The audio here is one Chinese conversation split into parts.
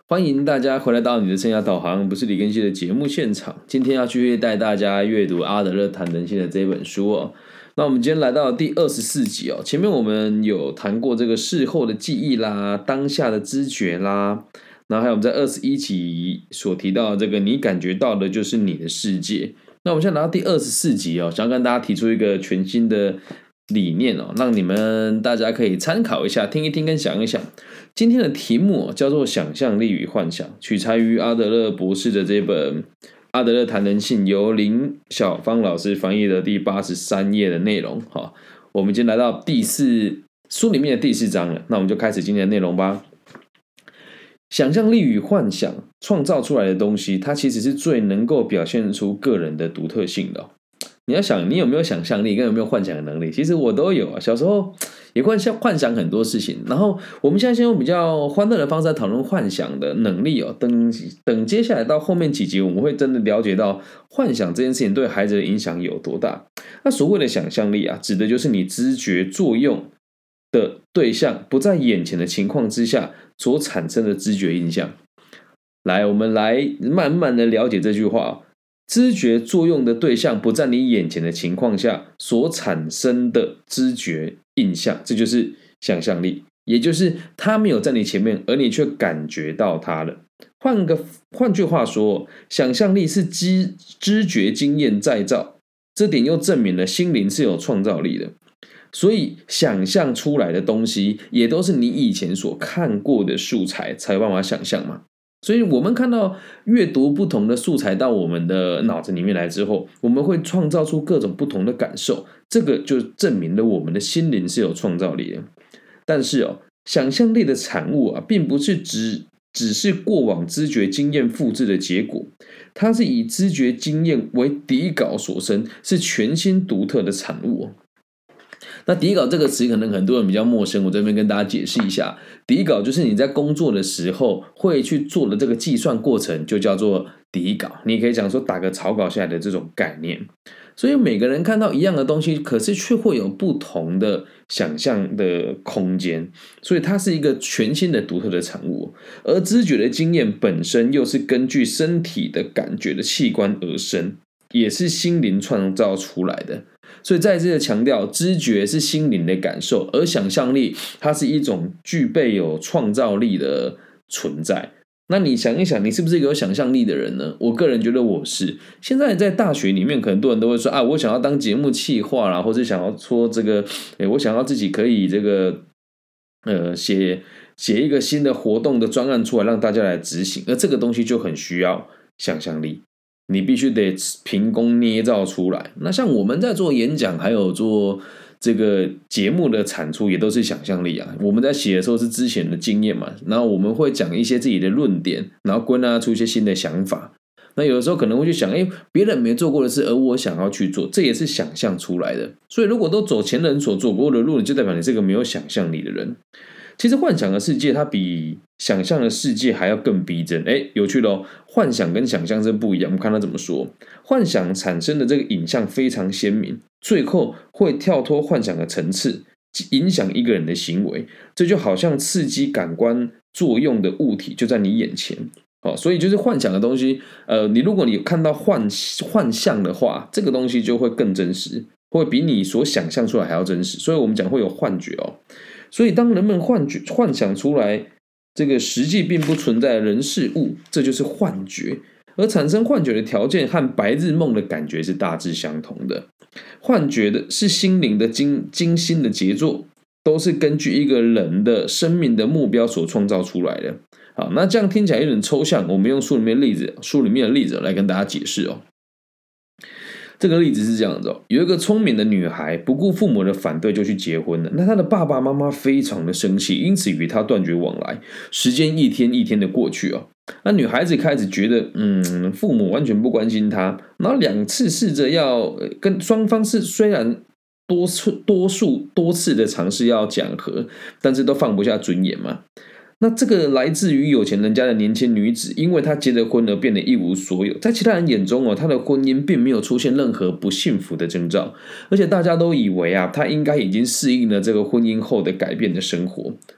欢迎大家回来到你的生涯导航，不是李根熙的节目现场。今天要继续带大家阅读阿德勒谈人性的这本书哦。那我们今天来到第24集哦。前面我们有谈过这个事后的记忆啦，当下的知觉啦，然后还有我们在21集所提到的这个你感觉到的就是你的世界。那我们现在来到第24集哦，想要跟大家提出一个全新的理念哦，让你们大家可以参考一下，听一听跟想一想。今天的题目叫做想象力与幻想，取材于阿德勒博士的这本《阿德勒谈人性》，由林小芳老师翻译的第83页的内容。我们已经来到书里面的第4章了，那我们就开始今天的内容吧。想象力与幻想创造出来的东西，它其实是最能够表现出个人的独特性的。你要想，你有没有想象力，跟有没有幻想的能力？其实我都有啊。小时候也会幻想很多事情。然后我们现在先用比较欢乐的方式来讨论幻想的能力哦。等接下来到后面几集，我们会真的了解到幻想这件事情对孩子的影响有多大。那所谓的想象力啊，指的就是你知觉作用的对象不在眼前的情况之下所产生的知觉印象。来，我们来慢慢的了解这句话哦。知觉作用的对象不在你眼前的情况下所产生的知觉印象，这就是想象力，也就是它没有在你前面，而你却感觉到它了。换句话说，想象力是知觉经验再造，这点又证明了心灵是有创造力的。所以想象出来的东西也都是你以前所看过的素材才有办法想象嘛。所以我们看到阅读不同的素材到我们的脑子里面来之后，我们会创造出各种不同的感受，这个就证明了我们的心灵是有创造力的。但是想象力的产物啊，并不是只是过往知觉经验复制的结果，它是以知觉经验为底稿所生，是全新独特的产物。那底稿这个词可能很多人比较陌生，我这边跟大家解释一下。底稿就是你在工作的时候会去做的这个计算过程，就叫做底稿。你也可以讲说打个草稿下来的这种概念。所以每个人看到一样的东西，可是却会有不同的想象的空间，所以它是一个全新的独特的产物。而知觉的经验本身又是根据身体的感觉的器官而生，也是心灵创造出来的。所以再次的强调，知觉是心灵的感受，而想象力它是一种具备有创造力的存在。那你想一想，你是不是一个有想象力的人呢？我个人觉得我是。现在在大学里面，可能很多人都会说啊，我想要当节目企划啦，或者想要说这个，我想要自己可以这个写一个新的活动的专案出来，让大家来执行。而这个东西就很需要想象力。你必须得凭空捏造出来。那像我们在做演讲，还有做这个节目的产出，也都是想象力啊。我们在写的时候是之前的经验嘛，然后我们会讲一些自己的论点，然后归纳出一些新的想法。那有的时候可能会去想，别人没做过的事，而我想要去做，这也是想象出来的。所以如果都走前人所走过的路，就代表你是个没有想象力的人。其实幻想的世界它比想象的世界还要更逼真。有趣的哦，幻想跟想象真不一样。我们看他怎么说，幻想产生的这个影像非常鲜明，最后会跳脱幻想的层次，影响一个人的行为。这就好像刺激感官作用的物体就在你眼前。所以就是幻想的东西，如果你有看到幻象的话，这个东西就会更真实，会比你所想象出来还要真实。所以我们讲会有幻觉哦。所以当人们幻想出来这个实际并不存在的人事物，这就是幻觉。而产生幻觉的条件和白日梦的感觉是大致相同的。幻觉的是心灵的精心的杰作，都是根据一个人的生命的目标所创造出来的。好，那这样听起来有点抽象，我们用书里面的例子来跟大家解释哦。这个例子是这样子哦，有一个聪明的女孩，不顾父母的反对就去结婚了。那她的爸爸妈妈非常的生气，因此与她断绝往来。时间一天一天的过去哦，那女孩子开始觉得，父母完全不关心她。然后2次试着要跟双方是虽然多次的尝试要讲和，但是都放不下尊严嘛。那这个来自于有钱人家的年轻女子，因为她结了婚而变得一无所有。在其他人眼中她的婚姻并没有出现任何不幸福的征兆，而且大家都以为她应该已经适应了这个婚姻后的改变的生活。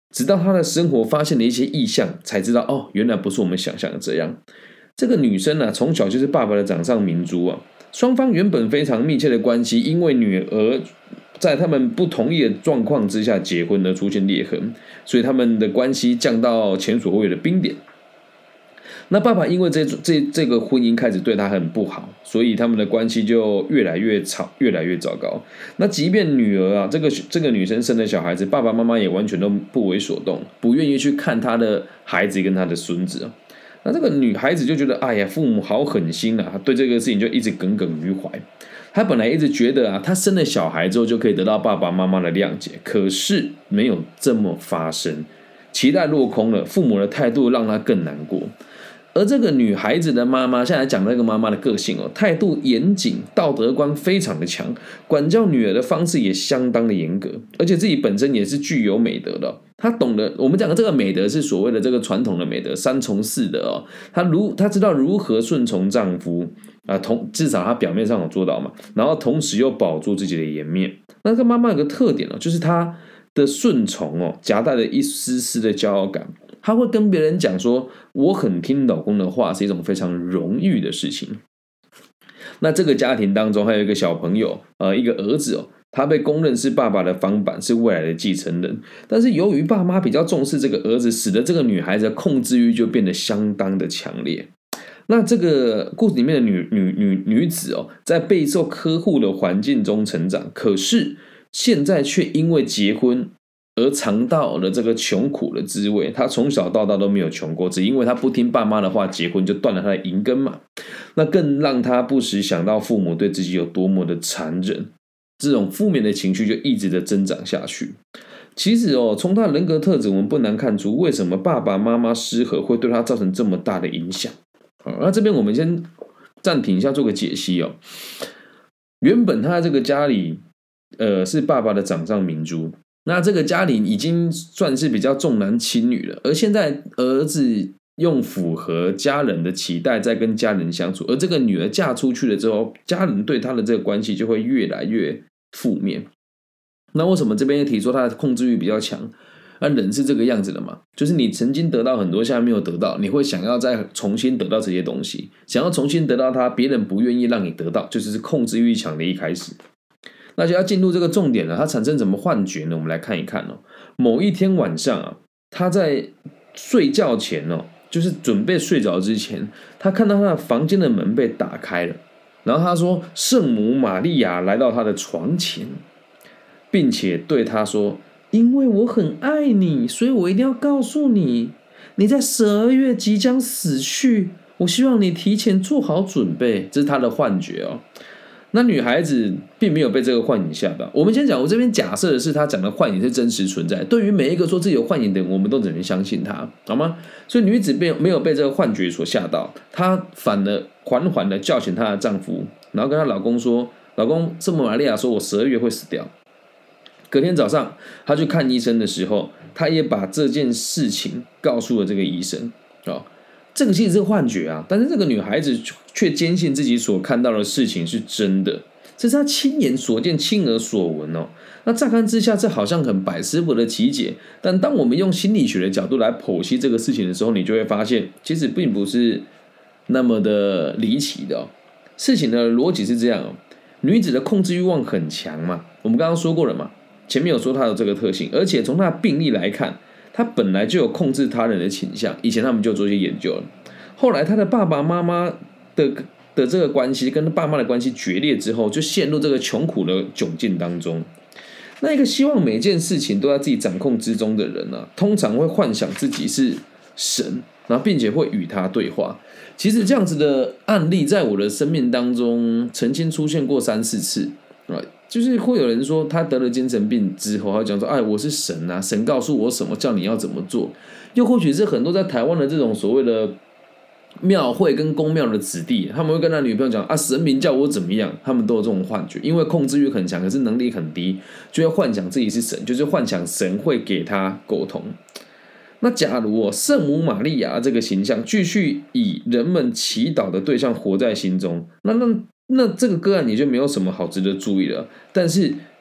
直到他的生活发现了一些异象，才知道哦，原来不是我们想象的这样。这个女生啊，从小就是爸爸的掌上明珠啊。双方原本非常密切的关系，因为女儿在他们不同意的状况之下结婚而出现裂痕，所以他们的关系降到前所未有的冰点。那爸爸因为这个婚姻开始对他很不好，所以他们的关系就越来越吵，越来越糟糕。那即便女儿啊，这个女生生的小孩子，爸爸妈妈也完全都不为所动，不愿意去看他的孩子跟他的孙子啊。那这个女孩子就觉得，哎呀，父母好狠心啊，对这个事情就一直耿耿于怀。她本来一直觉得啊，她生了小孩之后就可以得到爸爸妈妈的谅解，可是没有这么发生，期待落空了，父母的态度让她更难过。而这个女孩子的妈妈，现在讲那个妈妈的个性哦，态度严谨，道德观非常的强，管教女儿的方式也相当的严格，而且自己本身也是具有美德的。她懂得我们讲的这个美德是所谓的这个传统的美德，三从四德哦。她知道如何顺从丈夫啊，至少她表面上有做到嘛，然后同时又保住自己的颜面。那个妈妈有个特点哦，就是她的顺从哦，夹带了一丝丝的骄傲感。他会跟别人讲说，我很听老公的话，是一种非常荣誉的事情。那这个家庭当中还有一个小朋友，一个儿子哦，他被公认是爸爸的翻版，是未来的继承人。但是由于爸妈比较重视这个儿子，使得这个女孩子的控制欲就变得相当的强烈。那这个故事里面的女子哦，在备受呵护的环境中成长，可是现在却因为结婚而尝到了这个穷苦的滋味。他从小到大都没有穷过，只因为他不听爸妈的话，结婚就断了他的银根嘛。那更让他不时想到父母对自己有多么的残忍，这种负面的情绪就一直的增长下去。其实哦，从他的人格特质，我们不难看出为什么爸爸妈妈失和会对他造成这么大的影响。好，那这边我们先暂停一下，做个解析哦。原本他在这个家里，是爸爸的掌上明珠。那这个家里已经算是比较重男轻女了，而现在儿子用符合家人的期待在跟家人相处，而这个女儿嫁出去了之后，家人对她的这个关系就会越来越负面。那为什么这边提说她的控制欲比较强？人是这个样子的嘛，就是你曾经得到很多，现在没有得到，你会想要再重新得到这些东西，想要重新得到它，别人不愿意让你得到，就是控制欲强的一开始。那就要进入这个重点了，它产生什么幻觉呢？我们来看一看哦。某一天晚上啊，他在睡觉前哦，就是准备睡着之前，他看到他的房间的门被打开了，然后他说圣母玛利亚来到他的床前，并且对他说：“因为我很爱你，所以我一定要告诉你，你在12月即将死去，我希望你提前做好准备。”这是他的幻觉哦。那女孩子并没有被这个幻影吓到。我们先讲，我这边假设的是她讲的幻影是真实存在。对于每一个说自己有幻影的人，我们都只能相信她，好吗？所以女子没有被这个幻觉所吓到，她反而缓缓的叫醒她的丈夫，然后跟她老公说：“老公，圣母玛利亚说我12月会死掉。”隔天早上，她去看医生的时候，她也把这件事情告诉了这个医生。这个其实是幻觉啊，但是这个女孩子却坚信自己所看到的事情是真的，这是她亲眼所见、亲耳所闻哦。那乍看之下，这好像很百思不得其解，但当我们用心理学的角度来剖析这个事情的时候，你就会发现，其实并不是那么的离奇的哦。事情的逻辑是这样哦，女子的控制欲望很强嘛，我们刚刚说过了嘛，前面有说她有这个特性，而且从她的病历来看，他本来就有控制他人的倾向，以前他们就做一些研究了。后来他的爸爸妈妈的这个关系跟他爸妈的关系决裂之后，就陷入这个穷苦的窘境当中。那一个希望每件事情都在自己掌控之中的人啊，通常会幻想自己是神，然后并且会与他对话。其实这样子的案例在我的生命当中曾经出现过3-4次啊。就是会有人说他得了精神病之后，他讲说：“哎，我是神啊，神告诉我什么，叫你要怎么做。”又或许是很多在台湾的这种所谓的庙会跟公庙的子弟，他们会跟他女朋友讲：“啊，神明叫我怎么样。”他们都有这种幻觉，因为控制欲很强，可是能力很低，就会幻想自己是神，就是幻想神会给他沟通。那假如圣母玛利亚这个形象继续以人们祈祷的对象活在心中，那这个个案也就没有什么好值得注意了。但是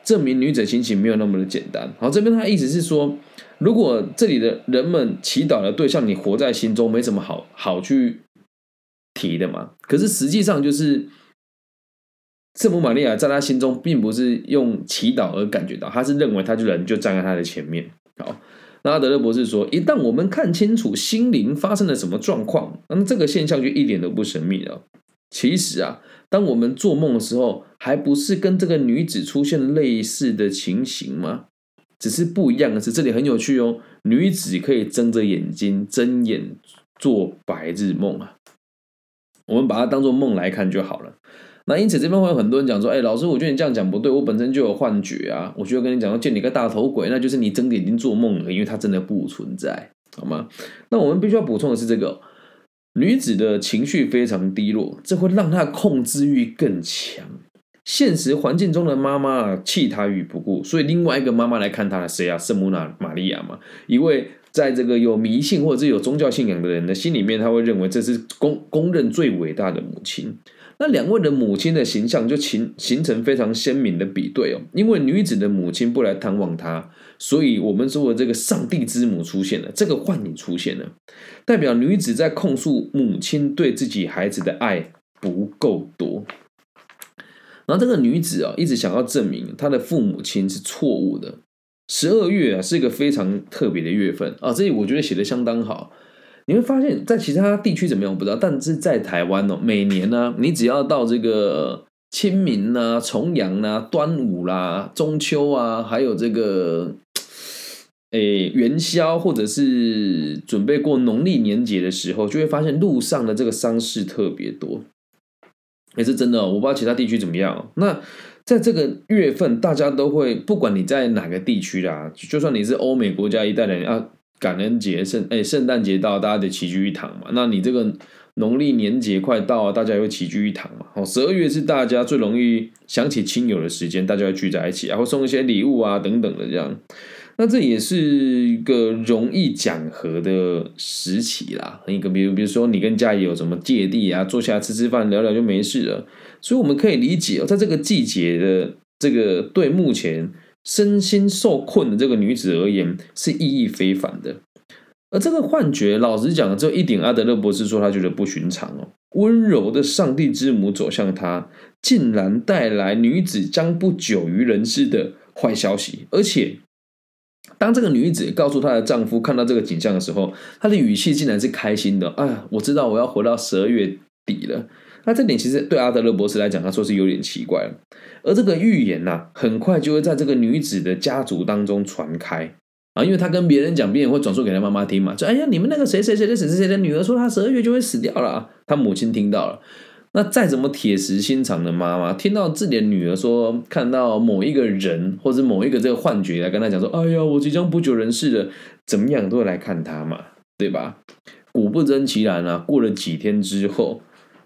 证明女子的心情没有那么的简单。好，这边他的意思是说，如果这里的人们祈祷的对象你活在心中，没什么好去提的嘛。可是实际上就是圣母玛利亚在他心中并不是用祈祷而感觉到，他是认为他人就站在他的前面。好，那阿德勒博士说，一旦我们看清楚心灵发生了什么状况，那么这个现象就一点都不神秘了。其实啊，当我们做梦的时候，还不是跟这个女子出现类似的情形吗？只是不一样的是，这里很有趣哦，女子可以睁着眼睛睁眼做白日梦啊。我们把它当作梦来看就好了。那因此这边会有很多人讲说，老师，我觉得你这样讲不对，我本身就有幻觉啊。我就跟你讲说，见你个大头鬼，那就是你睁着眼睛做梦了，因为它真的不存在，好吗？那我们必须要补充的是这个。女子的情绪非常低落，这会让她的控制欲更强。现实环境中的妈妈弃她于不顾，所以另外一个妈妈来看她的谁啊？圣母玛利亚嘛，一位在这个有迷信或者是有宗教信仰的人的心里面，他会认为这是公认最伟大的母亲。那两位的母亲的形象就形成非常鲜明的比对哦，因为女子的母亲不来探望她，所以我们说的这个上帝之母出现了，这个幻影出现了，代表女子在控诉母亲对自己孩子的爱不够多。然后这个女子啊，一直想要证明她的父母亲是错误的。12月啊，是一个非常特别的月份啊，这里我觉得写得相当好。你会发现在其他地区怎么样我不知道，但是在台湾哦，每年呢，你只要到这个清明啊、重阳啊、端午啦、中秋啊，还有这个元宵，或者是准备过农历年节的时候，就会发现路上的这个丧事特别多。也是真的哦，我不知道其他地区怎么样哦。那在这个月份，大家都会，不管你在哪个地区啦，就算你是欧美国家一代人啊，感恩节、圣诞节到，大家得齐聚一堂嘛。那你这个农历年节快到，大家也会齐聚一堂嘛。12月是大家最容易想起亲友的时间，大家会聚在一起啊，会送一些礼物啊等等的这样。那这也是一个容易讲和的时期啦。一个比如说你跟家里有什么芥蒂啊，坐下来吃吃饭聊聊就没事了。所以我们可以理解在这个季节的这个对目前身心受困的这个女子而言是意义非凡的。而这个幻觉，老实讲，只有一点，阿德勒博士说他觉得不寻常哦。温柔的上帝之母走向他，竟然带来女子将不久于人世的坏消息，而且。当这个女子告诉她的丈夫看到这个景象的时候，她的语气竟然是开心的。我知道我要活到12月底了。那这点其实对阿德勒博士来讲，他说是有点奇怪了。而这个预言很快就会在这个女子的家族当中传开啊，因为他跟别人讲，别人会转述给他妈妈听嘛，说你们那个谁谁谁的谁谁的女儿说她12月就会死掉了啊。他母亲听到了。那再怎么铁石心肠的妈妈，听到自己的女儿说看到某一个人或者某一个这个幻觉来跟她讲说，我即将不久人世了，怎么样都会来看她嘛，对吧？果不真其然啊，过了几天之后，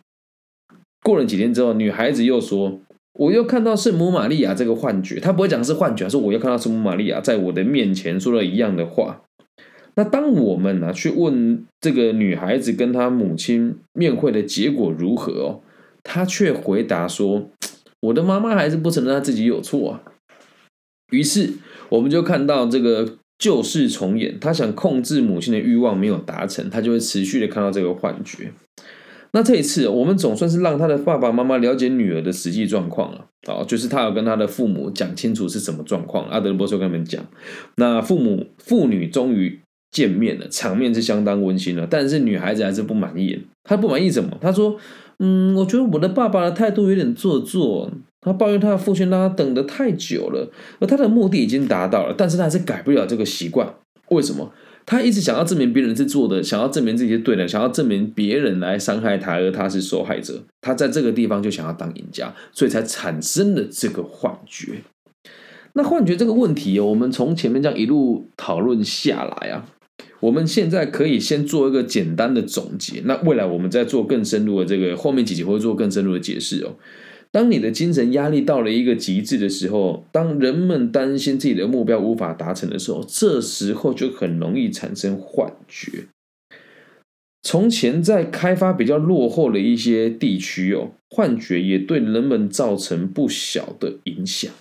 女孩子又说，我又看到圣母玛利亚这个幻觉，她不会讲是幻觉，她说我又看到圣母玛利亚在我的面前说了一样的话。那当我们去问这个女孩子跟她母亲面会的结果如何哦，她却回答说：“我的妈妈还是不承认她自己有错啊。”于是我们就看到这个旧事重演，她想控制母亲的欲望没有达成，她就会持续的看到这个幻觉。那这一次，我们总算是让她的爸爸妈妈了解女儿的实际状况了。就是她有跟她的父母讲清楚是什么状况。阿德勒博士跟他们讲，那父女终于见面了，场面是相当温馨了，但是女孩子还是不满意。她不满意什么？她说：“我觉得我的爸爸的态度有点做作。他抱怨他的父亲让他等得太久了，而他的目的已经达到了，但是他还是改不了这个习惯。为什么？他一直想要证明别人是做的，想要证明自己是对的，想要证明别人来伤害他，而他是受害者。他在这个地方就想要当赢家，所以才产生了这个幻觉。那幻觉这个问题，我们从前面这样一路讨论下来我们现在可以先做一个简单的总结，那未来我们再做更深入的这个后面几集会做更深入的解释哦。当你的精神压力到了一个极致的时候，当人们担心自己的目标无法达成的时候，这时候就很容易产生幻觉。从前在开发比较落后的一些地区幻觉也对人们造成不小的影响。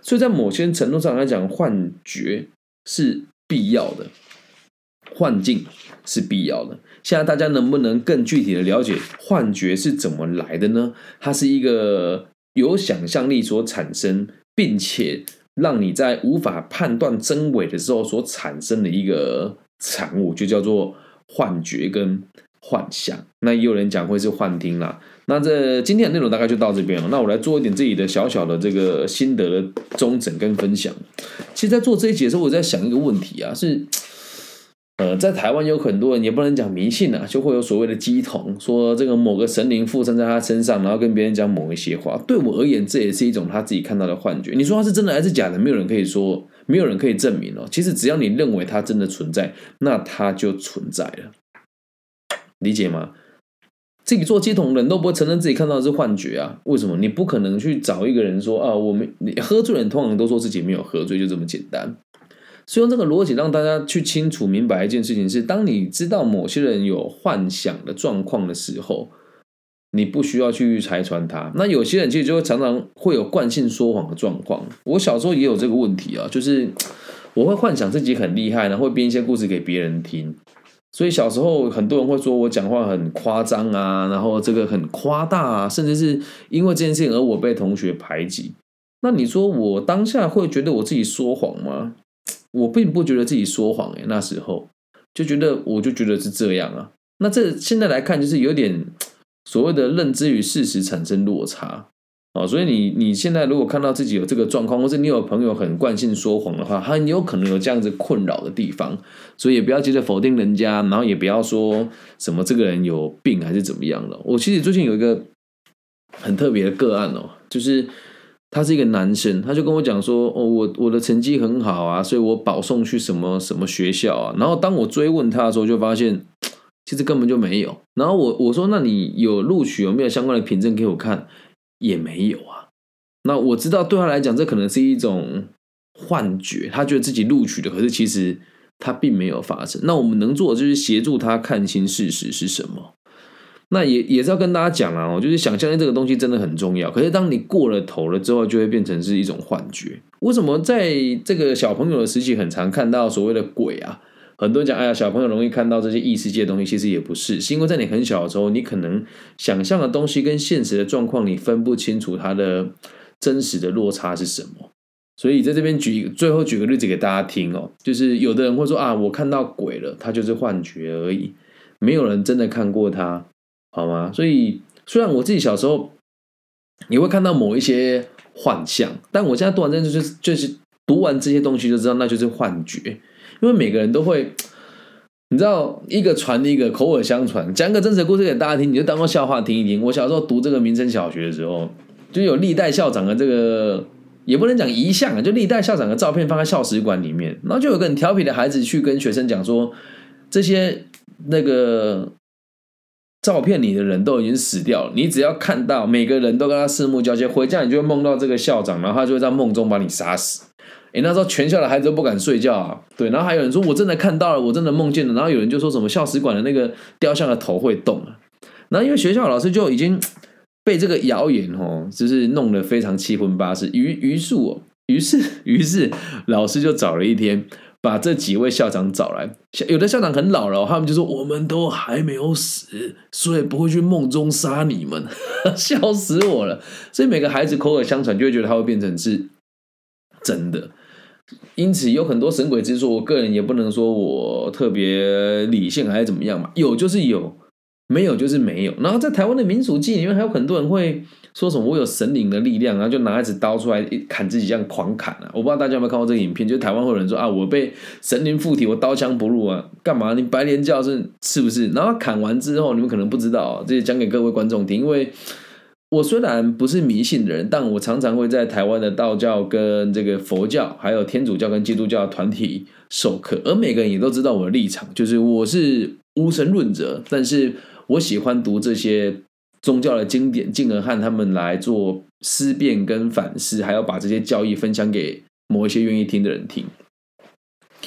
所以在某些程度上来讲，幻觉是必要的，幻境是必要的。现在大家能不能更具体的了解幻觉是怎么来的呢？它是一个由想象力所产生，并且让你在无法判断真伪的时候所产生的一个产物，就叫做幻觉跟幻象。那也有人讲会是幻听啦。那这今天的内容大概就到这边了。那我来做一点自己的小小的这个心得的综整跟分享。其实，在做这一集的时候，我在想一个问题啊，是在台湾有很多人也不能讲迷信啊，就会有所谓的乩童，说这个某个神灵附身在他身上，然后跟别人讲某一些话。对我而言，这也是一种他自己看到的幻觉。你说他是真的还是假的，没有人可以说，没有人可以证明哦。其实只要你认为它真的存在，那它就存在了，理解吗？自己做乩童的人都不会承认自己看到的是幻觉啊？为什么？你不可能去找一个人说啊，你喝醉的人通常都说自己没有喝醉，就这么简单。所以用这个逻辑让大家去清楚明白一件事情是，当你知道某些人有幻想的状况的时候，你不需要去拆穿他。那有些人其实就会常常会有惯性说谎的状况。我小时候也有这个问题啊，就是我会幻想自己很厉害，然后会编一些故事给别人听。所以小时候很多人会说我讲话很夸张啊，然后这个很夸大啊，甚至是因为这件事情而我被同学排挤。那你说我当下会觉得我自己说谎吗？我并不觉得自己说谎那时候我就觉得是这样啊。那这现在来看就是有点所谓的认知与事实产生落差所以你现在如果看到自己有这个状况，或是你有朋友很惯性说谎的话，他很有可能有这样子困扰的地方，所以也不要急着否定人家，然后也不要说什么这个人有病还是怎么样的。我其实最近有一个很特别的个案就是他是一个男生，他就跟我讲说我的成绩很好啊，所以我保送去什么什么学校啊。然后当我追问他的时候，就发现其实根本就没有。然后我说那你有录取有没有相关的凭证给我看？也没有啊。那我知道对他来讲这可能是一种幻觉，他觉得自己录取了，可是其实他并没有发生。那我们能做的就是协助他看清事实是什么。那也是要跟大家讲啊，就是想象力这个东西真的很重要。可是当你过了头了之后，就会变成是一种幻觉。为什么在这个小朋友的时期很常看到所谓的鬼啊？很多人讲，哎呀，小朋友容易看到这些异世界的东西，其实也不是，是因为在你很小的时候，你可能想象的东西跟现实的状况，你分不清楚它的真实的落差是什么。所以在这边最后举个例子给大家听就是有的人会说啊，我看到鬼了，它就是幻觉而已，没有人真的看过它。好吗？所以虽然我自己小时候也会看到某一些幻象，但我现在读完就是读完这些东西就知道那就是幻觉，因为每个人都会，你知道一个传一个，口耳相传，讲个真实的故事给大家听，你就当做笑话听一听。我小时候读这个民生小学的时候，就有历代校长的这个也不能讲遗像就历代校长的照片放在校史馆里面，然后就有个很调皮的孩子去跟学生讲说，这些那个照片里的人都已经死掉了，你只要看到每个人都跟他四目交接，回家你就会梦到这个校长，然后他就会在梦中把你杀死。那时候全校的孩子都不敢睡觉啊，对，然后还有人说我真的看到了，我真的梦见了，然后有人就说什么校史馆的那个雕像的头会动啊，然后因为学校老师就已经被这个谣言就是弄得非常七荤八素，于是老师就找了一天。把这几位校长找来，有的校长很老了他们就说我们都还没有死，所以不会去梦中杀你们，笑死我了。所以每个孩子口耳相传，就会觉得他会变成是真的。因此有很多神鬼之说，我个人也不能说我特别理性还是怎么样嘛，有就是有，没有就是没有。然后在台湾的民俗记里面，还有很多人会说什么我有神灵的力量，然后就拿一支刀出来砍自己，这样狂砍啊！我不知道大家有没有看过这个影片，就是台湾会有人说啊，我被神灵附体，我刀枪不入啊，干嘛？你白莲教是不是？然后砍完之后，你们可能不知道，这些讲给各位观众听，因为我虽然不是迷信的人，但我常常会在台湾的道教跟这个佛教，还有天主教跟基督教的团体授课，而每个人也都知道我的立场，就是我是无神论者，但是我喜欢读这些宗教的经典，进而和他们来做思辨跟反思，还要把这些教义分享给某一些愿意听的人听。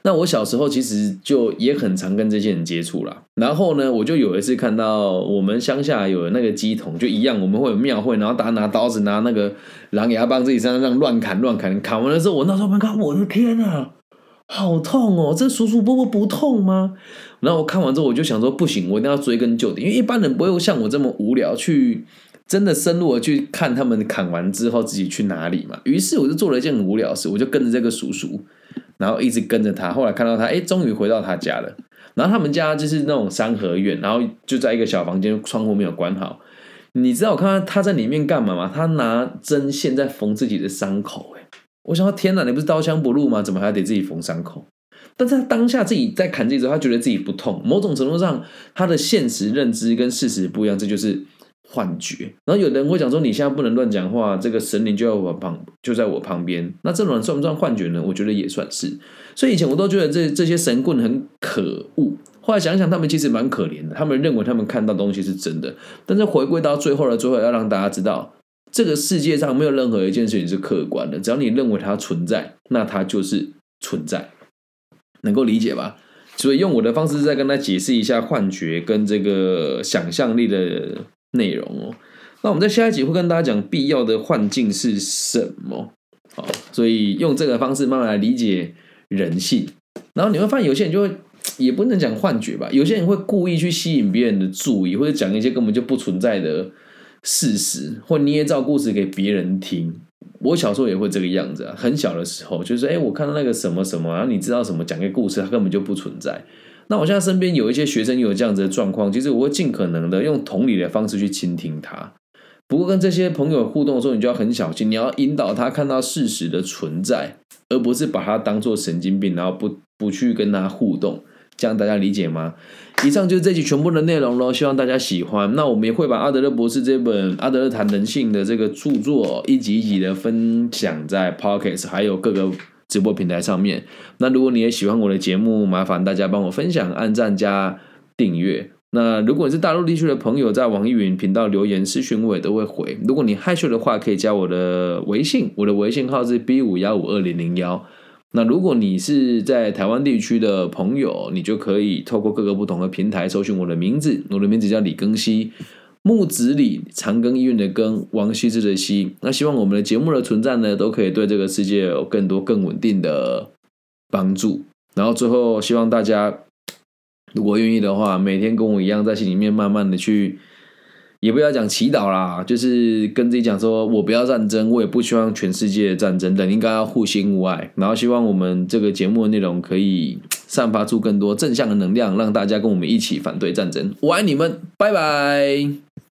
那我小时候其实就也很常跟这些人接触啦。然后呢，我就有一次看到我们乡下有那个鸡童，就一样，我们会有庙会，然后大家拿刀子拿那个狼牙棒自己身上这样乱砍，砍完了之后，我那时候看，我的天啊！好痛哦！这叔叔伯伯不痛吗？然后我看完之后，我就想说，不行，我一定要追根究底，因为一般人不会像我这么无聊，去真的深入的去看他们砍完之后自己去哪里嘛。于是我就做了一件很无聊的事，我就跟着这个叔叔，然后一直跟着他。后来看到他，终于回到他家了。然后他们家就是那种三合院，然后就在一个小房间，窗户没有关好。你知道我看到他在里面干嘛吗？他拿针线在缝自己的伤口。我想说，天哪，你不是刀枪不入吗？怎么还得自己缝伤口？但是他当下自己在砍自己之后，他觉得自己不痛。某种程度上，他的现实认知跟事实不一样，这就是幻觉。然后有人会讲说，你现在不能乱讲话，这个神灵就在我旁边。那这种人算不算幻觉呢？我觉得也算是。所以以前我都觉得这些神棍很可恶。后来想想，他们其实蛮可怜的。他们认为他们看到东西是真的，但是回归到最后要让大家知道。这个世界上没有任何一件事情是客观的，只要你认为它存在，那它就是存在，能够理解吧？所以用我的方式再跟他解释一下幻觉跟这个想象力的内容哦。那我们在下一集会跟大家讲必要的幻境是什么，好，所以用这个方式慢慢来理解人性。然后你会发现有些人就会也不能讲幻觉吧，有些人会故意去吸引别人的注意，或者讲一些根本就不存在的事实，或捏造故事给别人听。我小时候也会这个样子啊，很小的时候就是我看到那个什么什么，然后你知道什么，讲个故事，它根本就不存在。那我现在身边有一些学生有这样子的状况，其实我会尽可能的用同理的方式去倾听他。不过跟这些朋友互动的时候，你就要很小心，你要引导他看到事实的存在，而不是把他当作神经病，然后不去跟他互动。这样大家理解吗？以上就是这集全部的内容咯，希望大家喜欢。那我们也会把阿德勒博士这本《阿德勒谈人性》的这个著作一集一集的分享在 Podcast 还有各个直播平台上面。那如果你也喜欢我的节目，麻烦大家帮我分享、按赞加订阅。那如果你是大陆地区的朋友，在网易云频道留言私讯我也都会回。如果你害羞的话，可以加我的微信，我的微信号是 B5152001。那如果你是在台湾地区的朋友，你就可以透过各个不同的平台搜寻我的名字，我的名字叫李庚希，木子李，长庚医院的庚，王羲之的羲。那希望我们的节目的存在呢，都可以对这个世界有更多更稳定的帮助。然后最后希望大家如果愿意的话，每天跟我一样在心里面慢慢的去，也不要讲祈祷啦，就是跟自己讲说，我不要战争，我也不希望全世界的战争，人应该要互信互爱。然后希望我们这个节目的内容可以散发出更多正向的能量，让大家跟我们一起反对战争。我爱你们，拜拜。